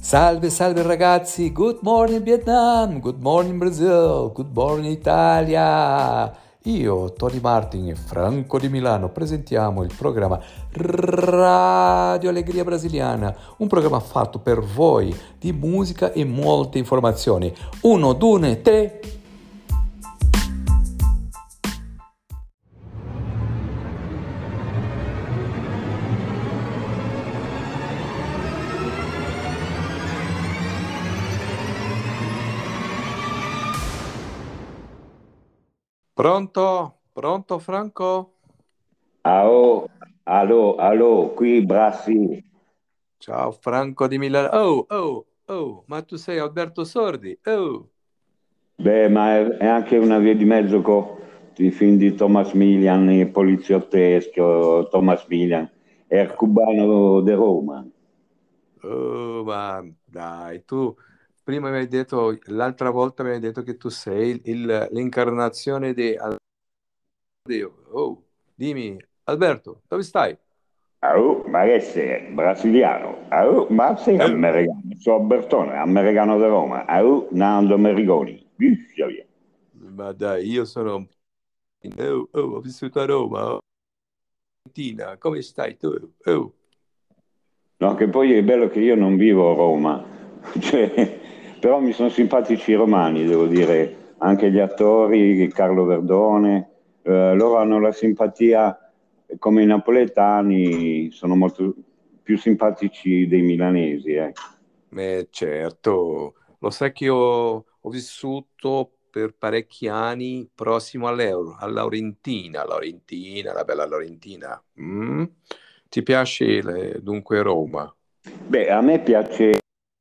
Salve, salve ragazzi, good morning Vietnam, good morning Brazil, good morning Italia. Io, Tony Martin e Franco di Milano presentiamo il programma Radio Allegria Brasiliana, un programma fatto per voi di musica e molte informazioni. Uno, due, tre. Pronto? Pronto Franco? Allo, allo, qui Brassi. Ciao Franco di Milano. Oh, ma tu sei Alberto Sordi? Oh. Beh, ma è anche una via di mezzo con i film di Thomas Milian, il poliziottesco, Thomas Milian, è il cubano di Roma. Oh, ma dai, tu prima mi hai detto, l'altra volta mi hai detto che tu sei l'incarnazione di Dio. Oh, dimmi, Alberto, dove stai? Ma che sei? Brasiliano? Ma sei Oh, americano? Sono Bertone, americano di Roma. Nando Merigoni. Via, via. ma dai, io sono... ho vissuto a Roma, Argentina, come stai tu? Oh, No, che poi è bello che io non vivo a Roma, cioè, però mi sono simpatici i romani, devo dire, anche gli attori, Carlo Verdone, loro hanno la simpatia, come i napoletani, sono molto più simpatici dei milanesi, eh. certo, lo sai che io ho vissuto per parecchi anni prossimo all'Euro, a Laurentina, la bella Laurentina. Mm? Ti piace dunque Roma? Beh, a me piace il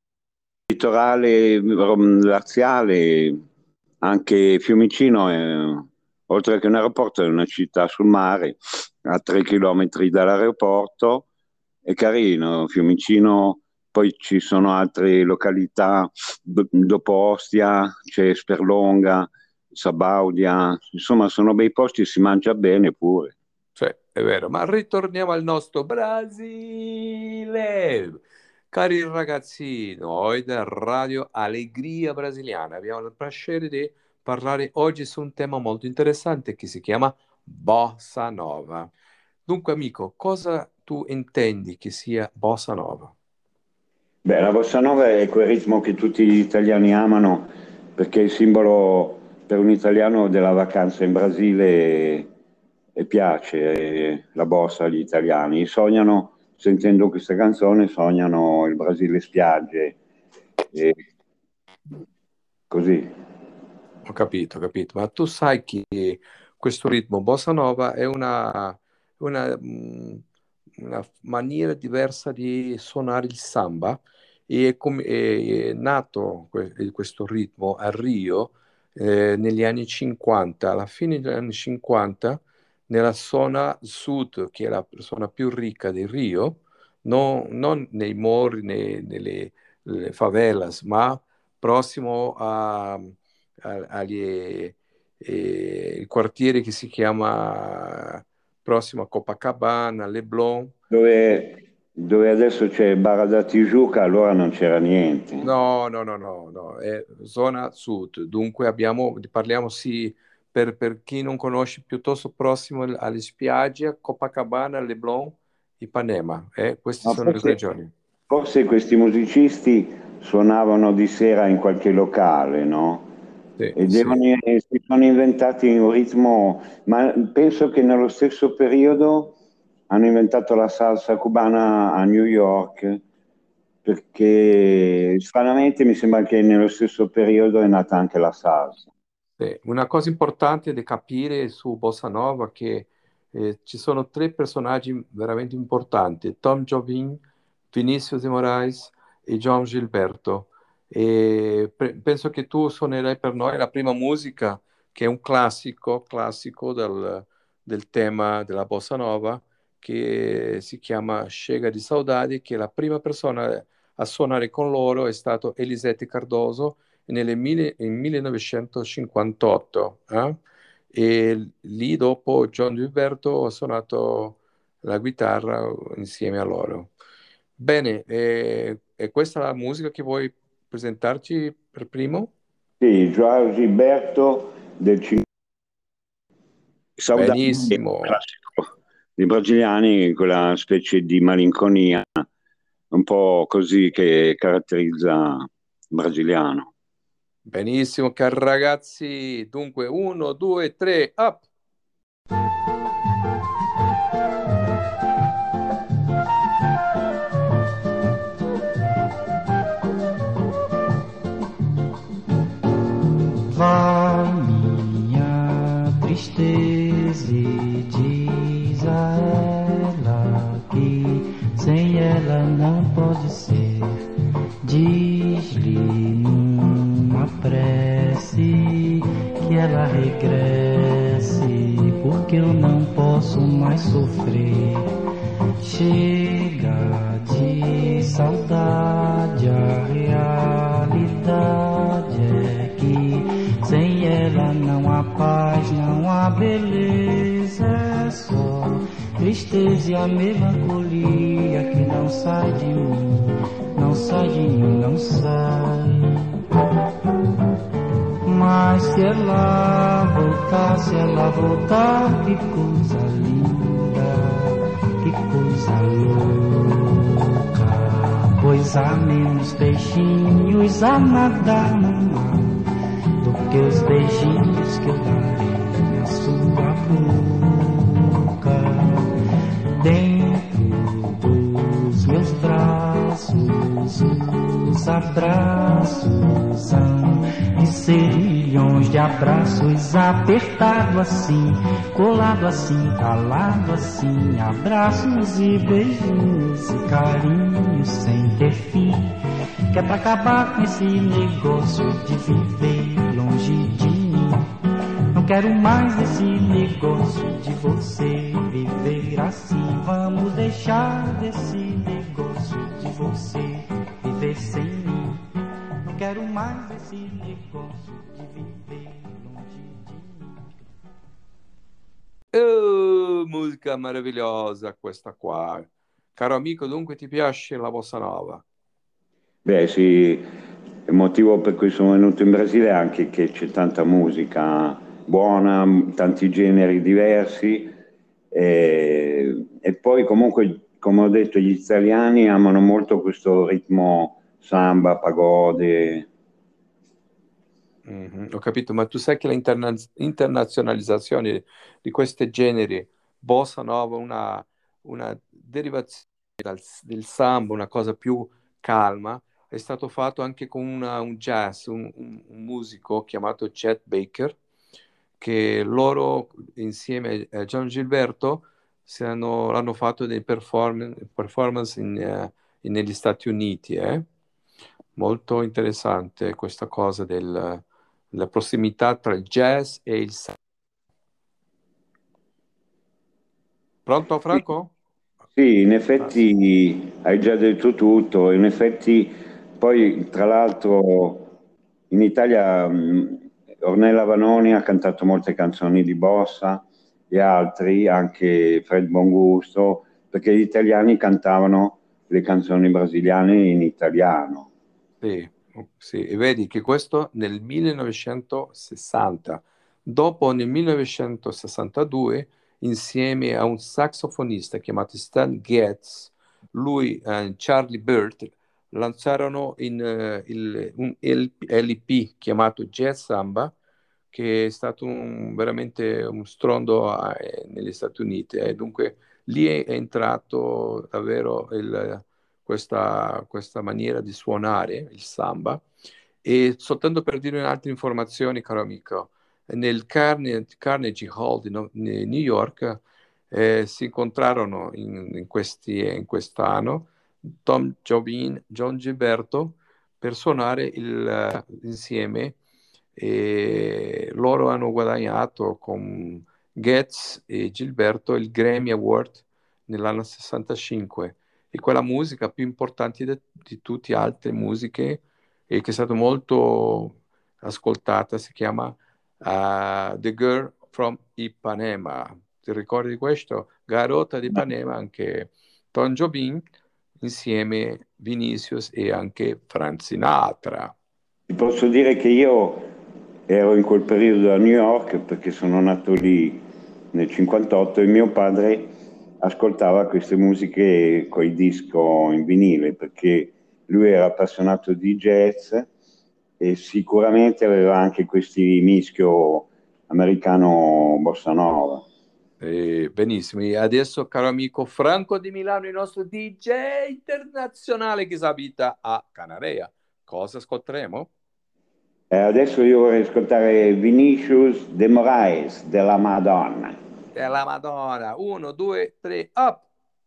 litorale laziale, anche Fiumicino, oltre che un aeroporto, è una città sul mare, a 3 chilometri dall'aeroporto. È carino, Fiumicino, poi ci sono altre località, dopo Ostia, c'è Sperlonga, Sabaudia, insomma sono bei posti e si mangia bene pure. Cioè, è vero, ma ritorniamo al nostro Brasile. Cari ragazzi, noi da Radio Allegria Brasiliana abbiamo il piacere di parlare oggi su un tema molto interessante che si chiama Bossa Nova. Dunque, amico, cosa tu intendi che sia Bossa Nova? Beh, la bossa nova è quel ritmo che tutti gli italiani amano perché è il simbolo per un italiano della vacanza in Brasile e piace la bossa agli italiani. Sognano, sentendo questa canzone, sognano il Brasile spiagge e così. Ho capito, ma tu sai che questo ritmo bossa nova è una maniera diversa di suonare il samba e è nato questo ritmo a Rio negli anni 50, alla fine degli anni 50, nella zona sud, che è la zona più ricca di Rio, non nei mori, nelle le favelas, ma prossimo agli il quartiere che si chiama prossimo a Copacabana, Leblon. Dove adesso c'è Barra da Tijuca, allora non c'era niente. No, è zona sud, dunque parliamo sì, per chi non conosce, piuttosto prossimo alle spiagge, Copacabana, Leblon, Ipanema, queste Ma sono le forse, regioni. forse questi musicisti suonavano di sera in qualche locale, no? Sì, E sì. si sono inventati un ritmo, ma penso che nello stesso periodo hanno inventato la salsa cubana a New York, perché stranamente mi sembra che nello stesso periodo è nata anche la salsa. Una cosa importante da capire su Bossa Nova è che ci sono tre personaggi veramente importanti, Tom Jobim, Vinicius de Moraes e João Gilberto. E penso che tu suonerai per noi la prima musica, che è un classico del tema della Bossa Nova, che si chiama Chega di Saudade, che la prima persona a suonare con loro è stato Elisete Cardoso nel 1958, e lì dopo John Gilberto ha suonato la chitarra insieme a loro. Bene, è questa la musica che vuoi presentarci per primo? Sì, Joao Gilberto del Saudade, Benissimo, classico dei brasiliani, quella specie di malinconia un po' così che caratterizza il brasiliano. benissimo, cari ragazzi. Dunque, uno, due, tre, up! Vai minha tristeza e diz a ela que sem ela não pode ser. Diz-lhe numa prece que ela regresse, porque eu não posso mais sofrer. Chega de saudade, a realidade é que sem ela não há paz, não há beleza, é só tristeza e a melancolia que não sai de mim, não sai de mim, não sai. Mas se ela voltar, que coisa linda, que coisa louca. Pois há menos peixinhos a nadar no mar do que os beijinhos que eu darei na sua boca. Dentro dos meus braços, os abraços hão de ser milhões de abraços, apertado assim, colado assim, calado assim, abraços e beijinhos e carinhos sem ter fim, que é pra acabar com esse negócio de viver longe de mim. Não quero mais esse negócio de você viver assim. Vamos deixar desse negócio de você viver sem mim. Não quero mais esse negócio de viver longe de mim. Oh, musica meravigliosa questa qua. Caro amico, dunque ti piace la bossa nova? Beh, sì, il motivo per cui sono venuto in Brasile è anche che c'è tanta musica buona, tanti generi diversi e poi comunque, come ho detto, gli italiani amano molto questo ritmo samba, pagode. Mhm, ho capito, ma tu sai che l'internazionalizzazione di questi generi, bossa nova, una derivazione del samba, una cosa più calma, è stato fatto anche con un jazz, un musico chiamato Chet Baker, che loro insieme a John Gilberto l'hanno fatto dei performance negli Stati Uniti. Molto interessante questa cosa della prossimità tra il jazz e il samba. Pronto, Sì, Franco? sì, in Ah, sì. effetti hai già detto tutto, in effetti poi tra l'altro in Italia Ornella Vanoni ha cantato molte canzoni di bossa e altri, anche Fred Bongusto, perché gli italiani cantavano le canzoni brasiliane in italiano. Sì, sì, e vedi che questo nel 1960. Dopo nel 1962, insieme a un saxofonista chiamato Stan Getz, lui e Charlie Bird lanciarono un LP chiamato Jazz Samba, che è stato veramente un strondo negli Stati Uniti. E dunque lì è entrato davvero questa maniera di suonare il samba. E soltanto per dire un'altra informazione, caro amico, nel Carnegie Hall di New York si incontrarono in quest'anno Tom Jobim, John Gilberto per suonare insieme, e loro hanno guadagnato con Getz e Gilberto il Grammy Award nell'anno 65, e quella musica più importante di tutte le altre musiche e che è stata molto ascoltata si chiama The Girl from Ipanema. Ti ricordi di questo? Garota di Ipanema, anche Tom Jobim insieme Vinicius e anche Frank Sinatra. Ti posso dire che io ero in quel periodo a New York perché sono nato lì nel 58 e mio padre ascoltava queste musiche coi disco in vinile perché lui era appassionato di jazz e sicuramente aveva anche questi mischio americano bossa nova. Benissimo, e adesso caro amico Franco di Milano, il nostro DJ internazionale che abita a Canarea. Cosa ascolteremo? Adesso io vorrei ascoltare Vinicius de Moraes della Madonna. Della Madonna, 1, 2, 3, up!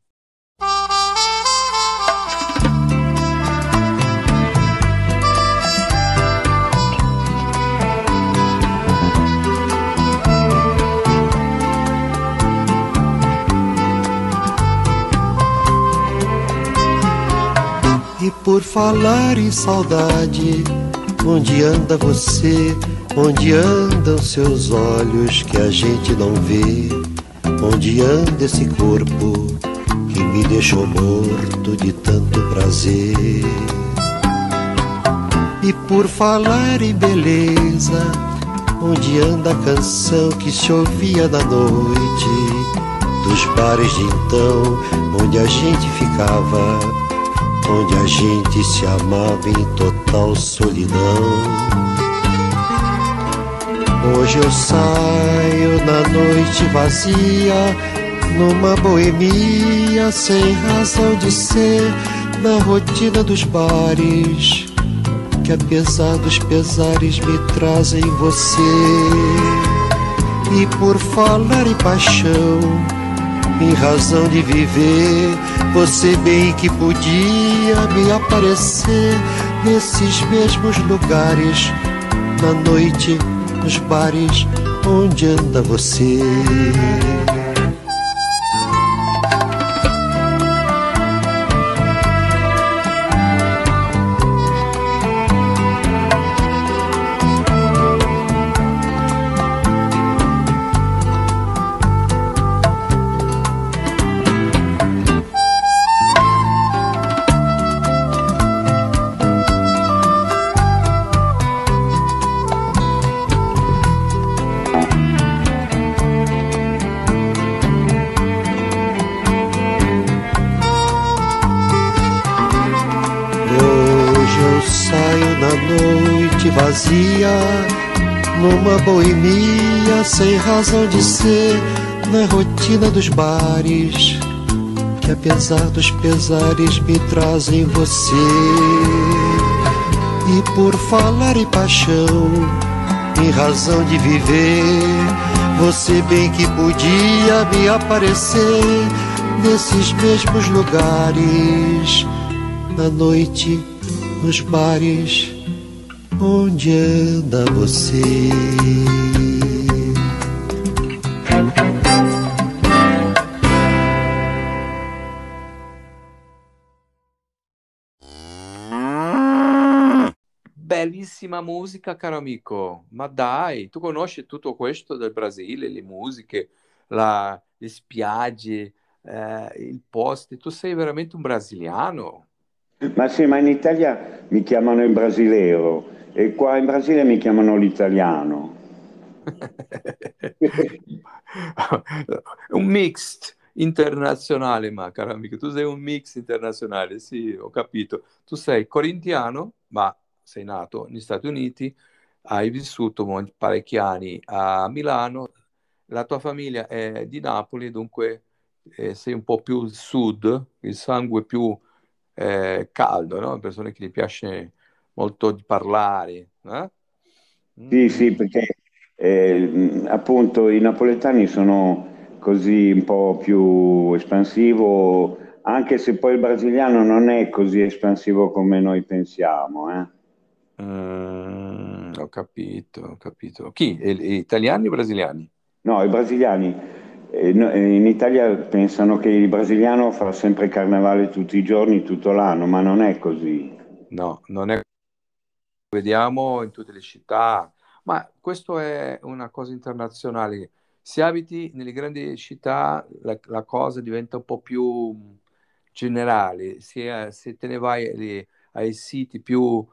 E por falar em saudade, onde anda você? Onde andam seus olhos que a gente não vê? Onde anda esse corpo que me deixou morto de tanto prazer? E por falar em beleza, onde anda a canção que se ouvia na noite? Dos bares de então, onde a gente ficava, onde a gente se amava em total solidão. Hoje eu saio na noite vazia, numa boemia sem razão de ser, na rotina dos bares, que apesar dos pesares me trazem você. E por falar em paixão, em razão de viver, você bem que podia me aparecer nesses mesmos lugares, na noite, nos bares, onde anda você? Vazia, numa boemia sem razão de ser, na rotina dos bares, que apesar dos pesares me trazem você. E por falar em paixão, em razão de viver, você bem que podia me aparecer nesses mesmos lugares, na noite, nos bares, onde anda você? Bellissima musica, caro amico. Ma dai, tu conosci tutto questo del Brasile, le musiche, le spiagge, il posto. Tu sei veramente un brasiliano? Ma sì, ma in Italia mi chiamano il brasilero e qua in Brasile mi chiamano l'italiano. Un mix internazionale, ma caro amico, tu sei un mix internazionale, sì, ho capito. Tu sei corintiano, ma sei nato negli Stati Uniti, hai vissuto parecchi anni a Milano, la tua famiglia è di Napoli, dunque sei un po' più sud, il sangue più caldo, no? Persone che gli piace molto di parlare. Sì, sì, perché appunto i napoletani sono così un po' più espansivo, anche se poi il brasiliano non è così espansivo come noi pensiamo, eh. Ho capito, ho capito. Chi? Italiani o brasiliani? No, i brasiliani in Italia pensano che il brasiliano fa sempre carnevale tutti i giorni, tutto l'anno, ma non è così. No, non è. Vediamo in tutte le città, ma questo è una cosa internazionale. Se abiti nelle grandi città, la cosa diventa un po' più, generale, se te ne vai ai siti più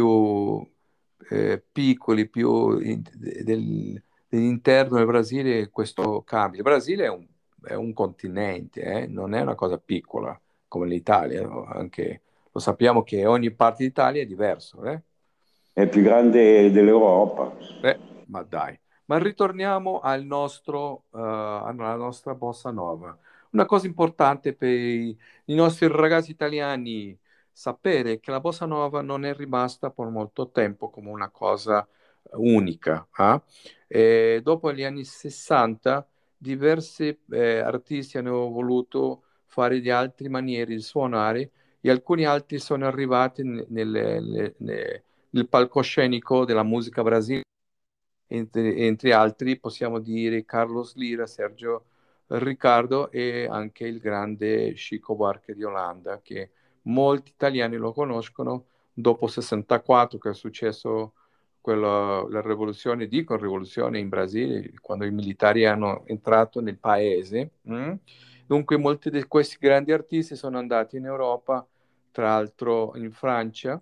piccoli, dell'interno del Brasile, questo cambia. Il Brasile è un continente, non è una cosa piccola come l'Italia, no? Anche, lo sappiamo che ogni parte d'Italia è diverso. È più grande dell'Europa. Ma dai. Ma ritorniamo alla nostra bossa nova. Una cosa importante per i nostri ragazzi italiani sapere che la bossa nova non è rimasta per molto tempo come una cosa unica. E dopo gli anni 60 diversi artisti hanno voluto fare di altre maniere di suonare e alcuni altri sono arrivati nel palcoscenico della musica brasiliana. Entre altri possiamo dire Carlos Lira, Sergio Riccardo e anche il grande Chico Buarque di Olanda, che molti italiani lo conoscono dopo 64, che è successo la rivoluzione, dico rivoluzione in Brasile, quando i militari hanno entrato nel paese. Dunque molti di questi grandi artisti sono andati in Europa, tra l'altro in Francia,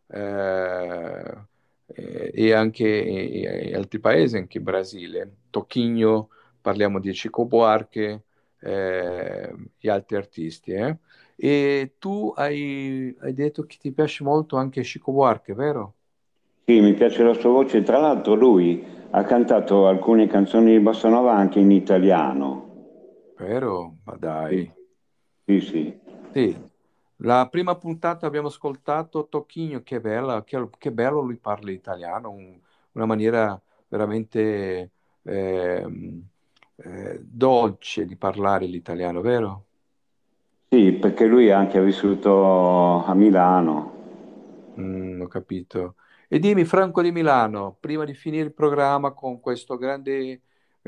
e anche in altri paesi, anche in Brasile. Tocchigno, parliamo di Chico Buarque e altri artisti. E tu hai detto che ti piace molto anche Chico Buarque, vero? Sì, mi piace la sua voce. Tra l'altro lui ha cantato alcune canzoni di bossa nova anche in italiano. Vero? Ma dai. Sì. Sì. La prima puntata abbiamo ascoltato Tocchigno, che bella, che bello lui parla italiano, una maniera veramente dolce di parlare l'italiano, vero? Sì, perché lui anche ha vissuto a Milano. Ho capito. E dimmi, Franco di Milano, prima di finire il programma con questo grande,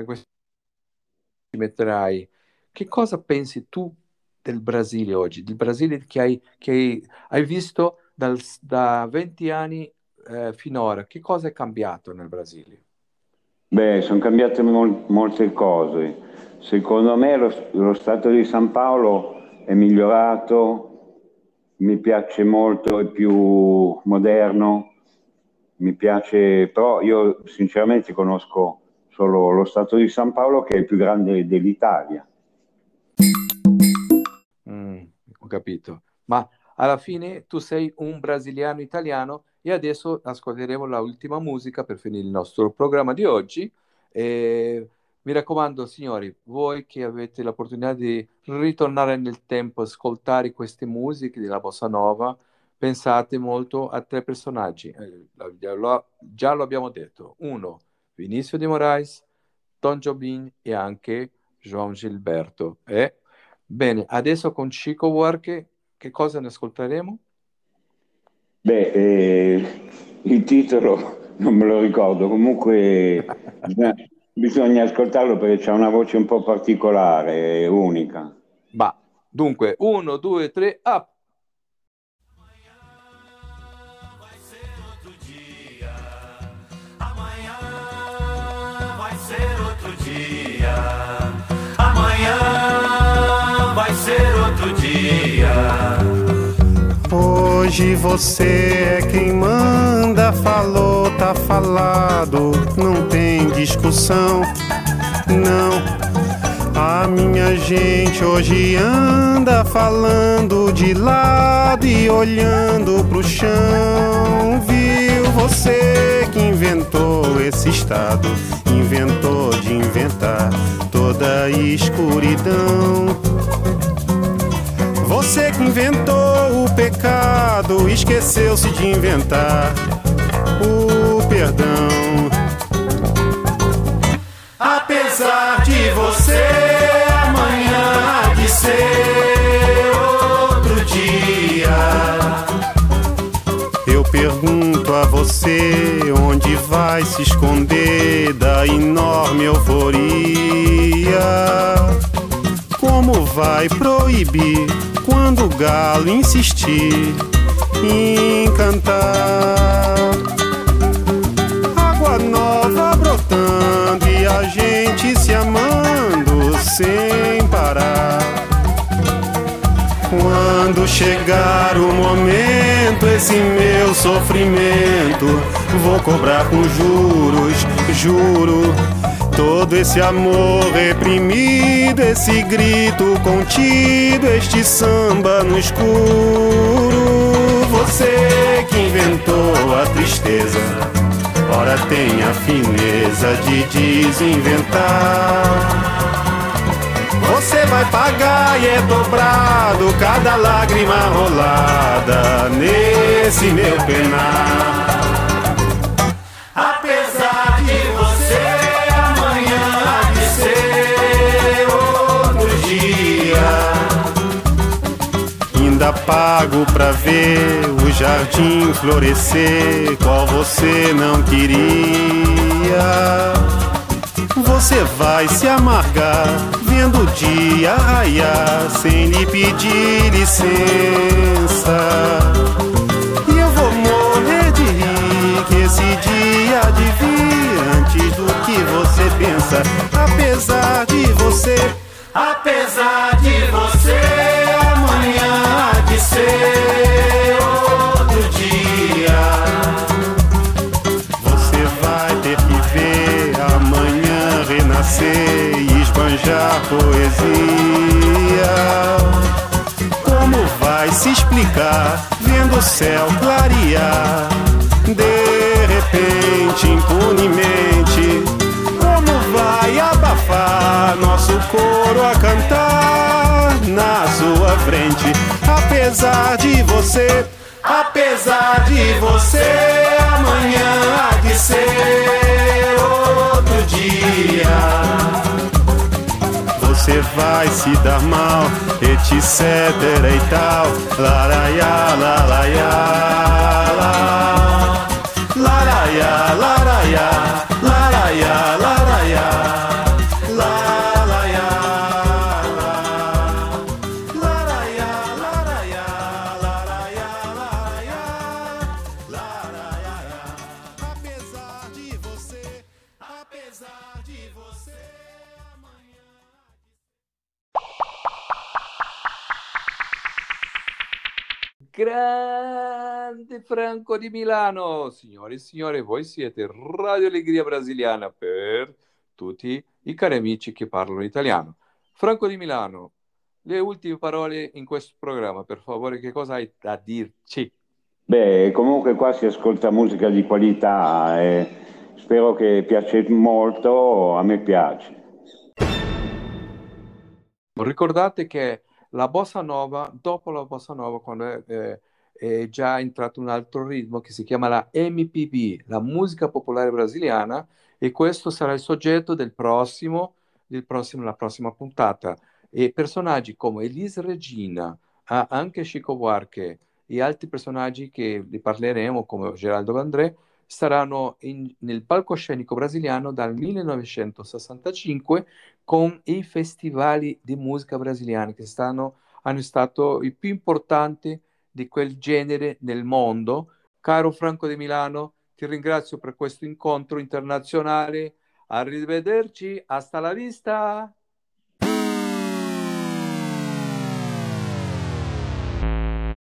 ci metterai, che cosa pensi tu del Brasile oggi, del Brasile che hai visto da 20 anni finora? Che cosa è cambiato nel Brasile? Beh, sono cambiate molte cose. Secondo me lo Stato di San Paolo è migliorato, mi piace molto, è più moderno, mi piace, però io sinceramente conosco solo lo Stato di San Paolo, che è il più grande dell'Italia. Ho capito. Ma alla fine tu sei un brasiliano italiano e adesso ascolteremo l'ultima musica per finire il nostro programma di oggi. E mi raccomando, signori, voi che avete l'opportunità di ritornare nel tempo, ascoltare queste musiche della bossa nova, pensate molto a tre personaggi. Già lo abbiamo detto. Uno, Vinícius de Moraes, Tom Jobim e anche João Gilberto. Bene, adesso con Chico Buarque, che cosa ne ascolteremo? Beh, il titolo non me lo ricordo, comunque bisogna ascoltarlo perché c'ha una voce un po' particolare, unica. Dunque, 1, 2, 3, up! Hoje você é quem manda, falou, tá falado, não tem discussão, não. A minha gente hoje anda falando de lado e olhando pro chão. Viu você que inventou esse estado, inventou de inventar toda a escuridão. Você que inventou o pecado, esqueceu-se de inventar o perdão. Apesar de você, amanhã há de ser outro dia. Eu pergunto a você onde vai se esconder da enorme euforia. Como vai proibir quando o galo insistir em cantar? Água nova brotando e a gente se amando sem parar. Quando chegar o momento, esse meu sofrimento vou cobrar com juros, juro. Todo esse amor reprimido, esse grito contido, este samba no escuro. Você que inventou a tristeza, ora tem a fineza de desinventar. Você vai pagar e é dobrado cada lágrima rolada nesse meu penar. Apesar de você, amanhã há de ser outro dia. Ainda pago pra ver o jardim florescer, qual você não queria. Você vai se amargar vendo o dia raiar sem lhe pedir licença. E eu vou morrer de rir que esse dia há de vir antes do que você pensa. Apesar de você, amanhã há de ser outro dia. Você vai ter que ver amanhã renascer e esbanjar poesia. Como vai se explicar vendo o céu clarear de repente, impunemente? Como vai abafar nosso coro a cantar na sua frente? Apesar de você, amanhã há de ser outro dia. Você vai se dar mal, etc e tal. Laraiá, laraiá, laraiá, laraiá, laraiá, laraiá, laraiá, laraiá, laraiá, laraiá, laraiá. Apesar de você, amanhã. Grande Franco di Milano, signore e signori, voi siete Radio Allegria Brasiliana per tutti i cari amici che parlano italiano. Franco di Milano, le ultime parole in questo programma, per favore, che cosa hai da dirci? Beh, comunque qua si ascolta musica di qualità e spero che piace molto, a me piace. Ricordate che la bossa nova, dopo la bossa nova, quando è già entrato un altro ritmo che si chiama la MPB, la musica popolare brasiliana, e questo sarà il soggetto la prossima puntata. E personaggi come Elis Regina, anche Chico Buarque e altri personaggi che li parleremo, come Geraldo Vandré, saranno nel palcoscenico brasiliano dal 1965 con i festivali di musica brasiliana che hanno stato i più importanti di quel genere nel mondo. Caro Franco di Milano, ti ringrazio per questo incontro internazionale. Arrivederci, hasta la vista!